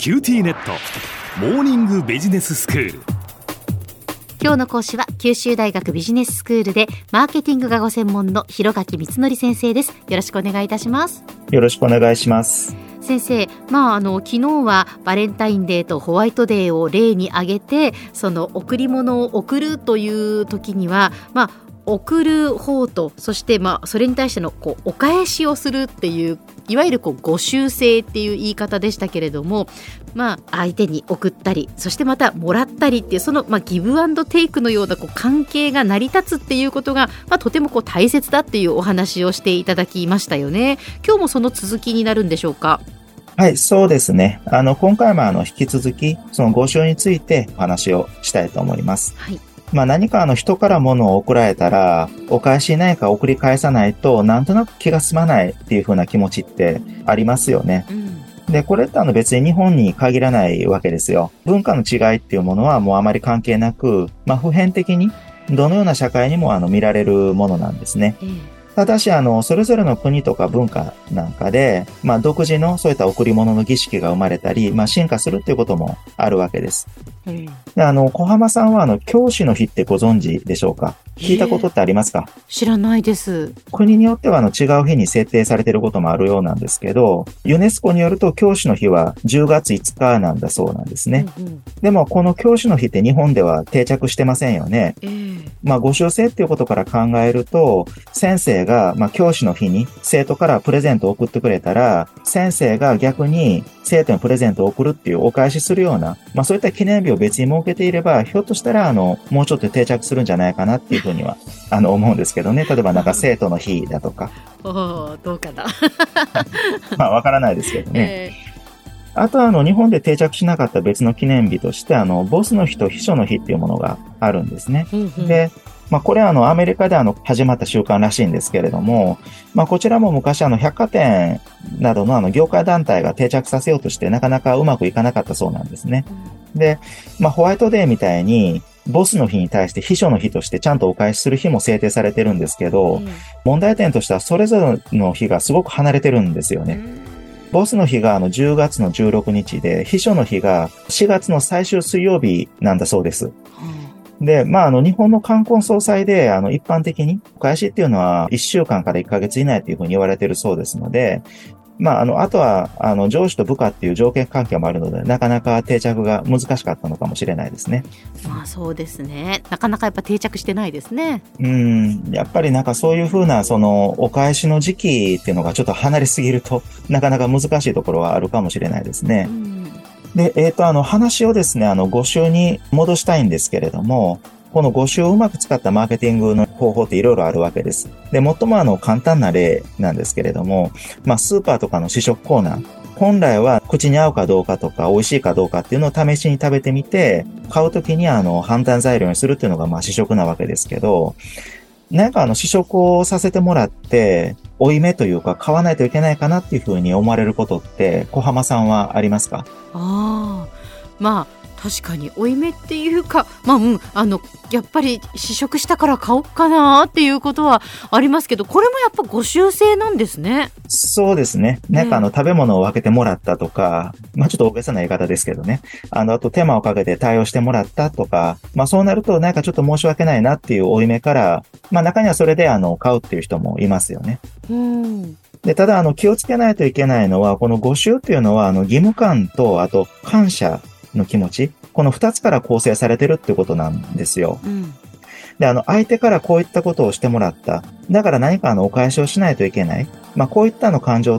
キューティーネットモーニングビジネススクール。 今日の講師は九州大学ビジネススクールでマーケティングがご専門の広垣光則先生です。よろしくお願いいたします。 よろしくお願いします。 先生、昨日はバレンタインデーとホワイトデーを例に挙げて、その贈り物を贈るという時には、贈る方と、そしてそれに対してのお返しをするっていう、いわゆるご祝性っていう言い方でしたけれども、相手に送ったり、そしてまたもらったりっていう、そのギブアンドテイクのような関係が成り立つっていうことが、とても大切だっていうお話をしていただきましたよね。今日もその続きになるんでしょうか？ はい、そうですね。今回も引き続きそのご祝についてお話をしたいと思います。 はい。 何か人から物を贈られたら、お返し何か送り返さないと、なんとなく気が済まないっていう風な気持ちってありますよね。で、これって別に日本に限らないわけですよ。文化の違いっていうものはもうあまり関係なく、普遍的にどのような社会にも見られるものなんですね。ただし、それぞれの国とか文化なんかで、独自のそういった贈り物の儀式が生まれたり、進化するっていうこともあるわけです。で、小浜さんは教師の日ってご存知でしょうか？聞いたことってありますか？ 知らないです。 国によっては違う日に設定されていることもあるようなんですけど、ユネスコによると教師の日は10月5日なんだそうなんですね。でもこの教師の日って日本では定着してませんよね。ご祝制っていうことから考えると、先生が教師の日に生徒からプレゼントを送ってくれたら、先生が逆に生徒にプレゼントを送るっていうお返しするような、そういった記念日を別に設けていれば、ひょっとしたらもうちょっと定着するんじゃないかなっていうふうには思うんですけどね。例えば生徒の日だとか。 どうかな。 わからないですけどね。あと日本で定着しなかった別の記念日として、ボスの日と秘書の日っていうものがあるんですね。で、これはアメリカで始まった習慣らしいんですけれども、こちらも昔百貨店などの業界団体が定着させようとしてなかなかうまくいかなかったそうなんですね。で、ホワイトデーみたいにボスの日に対して秘書の日としてちゃんとお返しする日も制定されてるんですけど、問題点としてはそれぞれの日がすごく離れてるんですよね。ボスの日が10月の16日で、秘書の日が4月の最終水曜日なんだそうです。で、日本の冠婚葬祭で、一般的にお返しっていうのは1週間から1ヶ月以内というふうに言われているそうですので、あとは、上司と部下っていう条件関係もあるので、なかなか定着が難しかったのかもしれないですね。 そうですね。なかなかやっぱ定着してないですね。 やっぱりそういうふうな、お返しの時期っていうのがちょっと離れすぎると、なかなか難しいところはあるかもしれないですね。で、話をですね、5週に戻したいんですけれども、この5週をうまく使ったマーケティングの方法っていろいろあるわけです。で、最も簡単な例なんですけれども、スーパーとかの試食コーナー、本来は口に合うかどうかとか美味しいかどうかっていうのを試しに食べてみて、買うときに判断材料にするっていうのが試食なわけですけど、試食をさせてもらって、負い目というか買わないといけないかなっていうふうに思われることって、小浜さんはありますか？ 確かに負い目っていうか、やっぱり試食したから買おうかなっていうことはありますけど、これもやっぱご習性なんですね。 そうですね。食べ物を分けてもらったとか、ちょっと大げさな言い方ですけどね。あと手間をかけて対応してもらったとか、そうなるとちょっと申し訳ないなっていう負い目から、中にはそれで買うっていう人もいますよね。で、ただ気をつけないといけないのは、このご祝っていうのは義務感と、あと感謝の気持ち、この2つから構成されてるってことなんですよ。で、相手からこういったことをしてもらった。だから何かお返しをしないといけない。こういった感情って、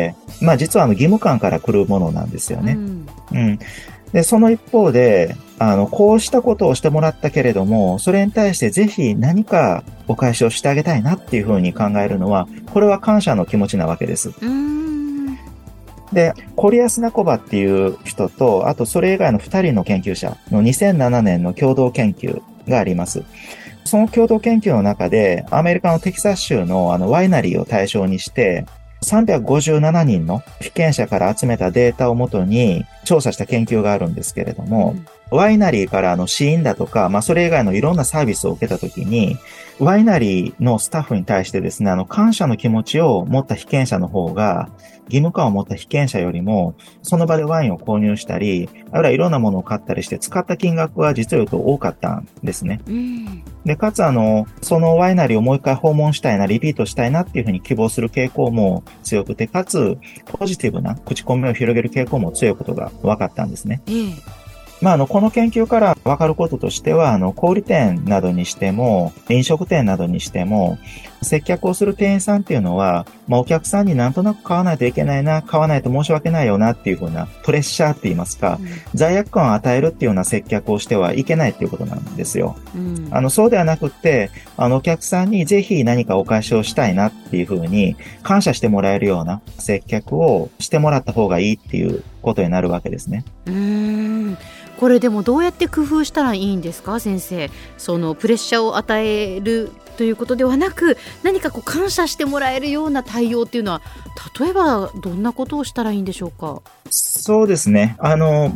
実は義務感から来るものなんですよね。で、その一方で、こうしたことをしてもらったけれども、それに対してぜひ何かお返しをしてあげたいなっていうふうに考えるのは、これは感謝の気持ちなわけです。で、コリアスナコバっていう人と、あとそれ以外の2人の研究者の2007年の共同研究があります。その共同研究の中で、アメリカのテキサス州のワイナリーを対象にして、357人の被験者から集めたデータをもとに調査した研究があるんですけれども、ワイナリーから試飲だとか、それ以外のいろんなサービスを受けたときに、ワイナリーのスタッフに対してですね、感謝の気持ちを持った被験者の方が、 義務感を持った被験者よりも、その場でワインを購入したり、あるいはいろんなものを買ったりして使った金額は実を言うと多かったんですね。で、かつそのワイナリーをもう一回訪問したいな、リピートしたいなっていうふうに希望する傾向も強くて、かつポジティブな口コミを広げる傾向も強いことが分かったんですね。この研究から分かることとしては、小売店などにしても、飲食店などにしても、接客をする店員さんっていうのは、お客さんになんとなく買わないといけないな、買わないと申し訳ないよなっていうふうなプレッシャーって言いますか、罪悪感を与えるっていうような接客をしてはいけないっていうことなんですよ。そうではなくって、お客さんにぜひ何かお返しをしたいなっていうふうに感謝してもらえるような接客をしてもらった方がいいっていうことになるわけですね。 これでもどうやって工夫したらいいんですか、先生。そのプレッシャーを与えるということではなく、何か感謝してもらえるような対応っていうのは、例えばどんなことをしたらいいんでしょうか。 そうですね。この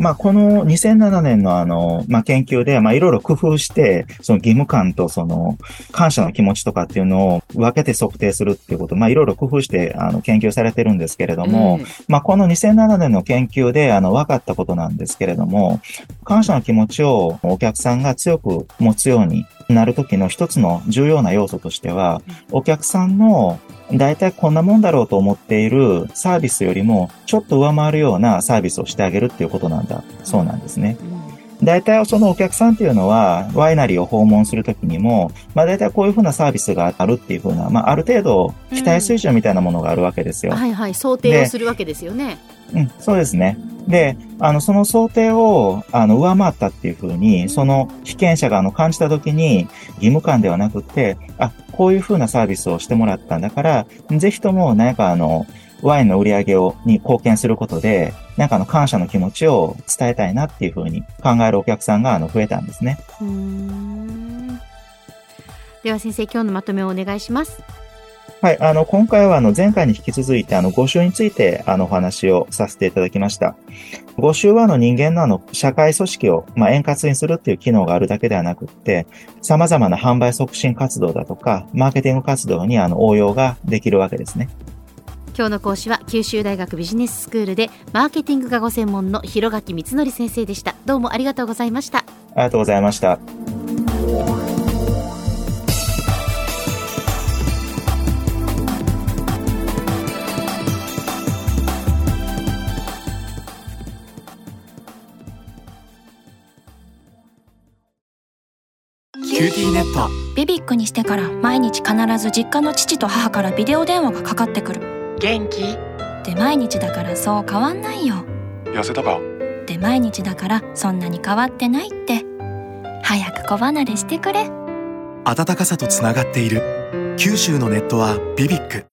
2007年の研究で、いろいろ工夫して、その義務感とその感謝の気持ちとかっていうのを分けて測定するっていうこと、いろいろ工夫して、研究されてるんですけれども、この2007年の研究で、分かったことなんですけれども、感謝の気持ちをお客さんが強く持つようになるときの一つの重要な要素としては、お客さんのだいたいこんなもんだろうと思っているサービスよりもちょっと上回るようなサービスをしてあげるっていうことなんだそうなんですね。だいたいそのお客さんっていうのはワイナリーを訪問するときにも、だいたいこういうふうなサービスがあるっていうふうな、ある程度期待水準みたいなものがあるわけですよ。 想定をするわけですよね。 そうですね。で、その想定を、上回ったっていうふうに、その被験者が感じたときに、義務感ではなくて、こういうふうなサービスをしてもらったんだから、ぜひとも何かワインの売り上げに貢献することで、感謝の気持ちを伝えたいなっていうふうに考えるお客さんが増えたんですね。 では先生、今日のまとめをお願いします。 はい、今回は前回に引き続いて5臭についてお話をさせていただきました。5臭は人間の社会組織を円滑にするっていう機能があるだけではなくって、様々な販売促進活動だとか、マーケティング活動に応用ができるわけですね。 今日の講師は九州大学ビジネススクールでマーケティングがご専門の広垣光則先生でした。どうもありがとうございました。ありがとうございました。 キューティーネット。 ビビックにしてから毎日必ず実家の父と母からビデオ電話がかかってくる。 元気？ で毎日だからそう変わんないよ。 痩せたか？ で毎日だからそんなに変わってないって。早く子離れしてくれ。 温かさとつながっている九州のネットはビビック。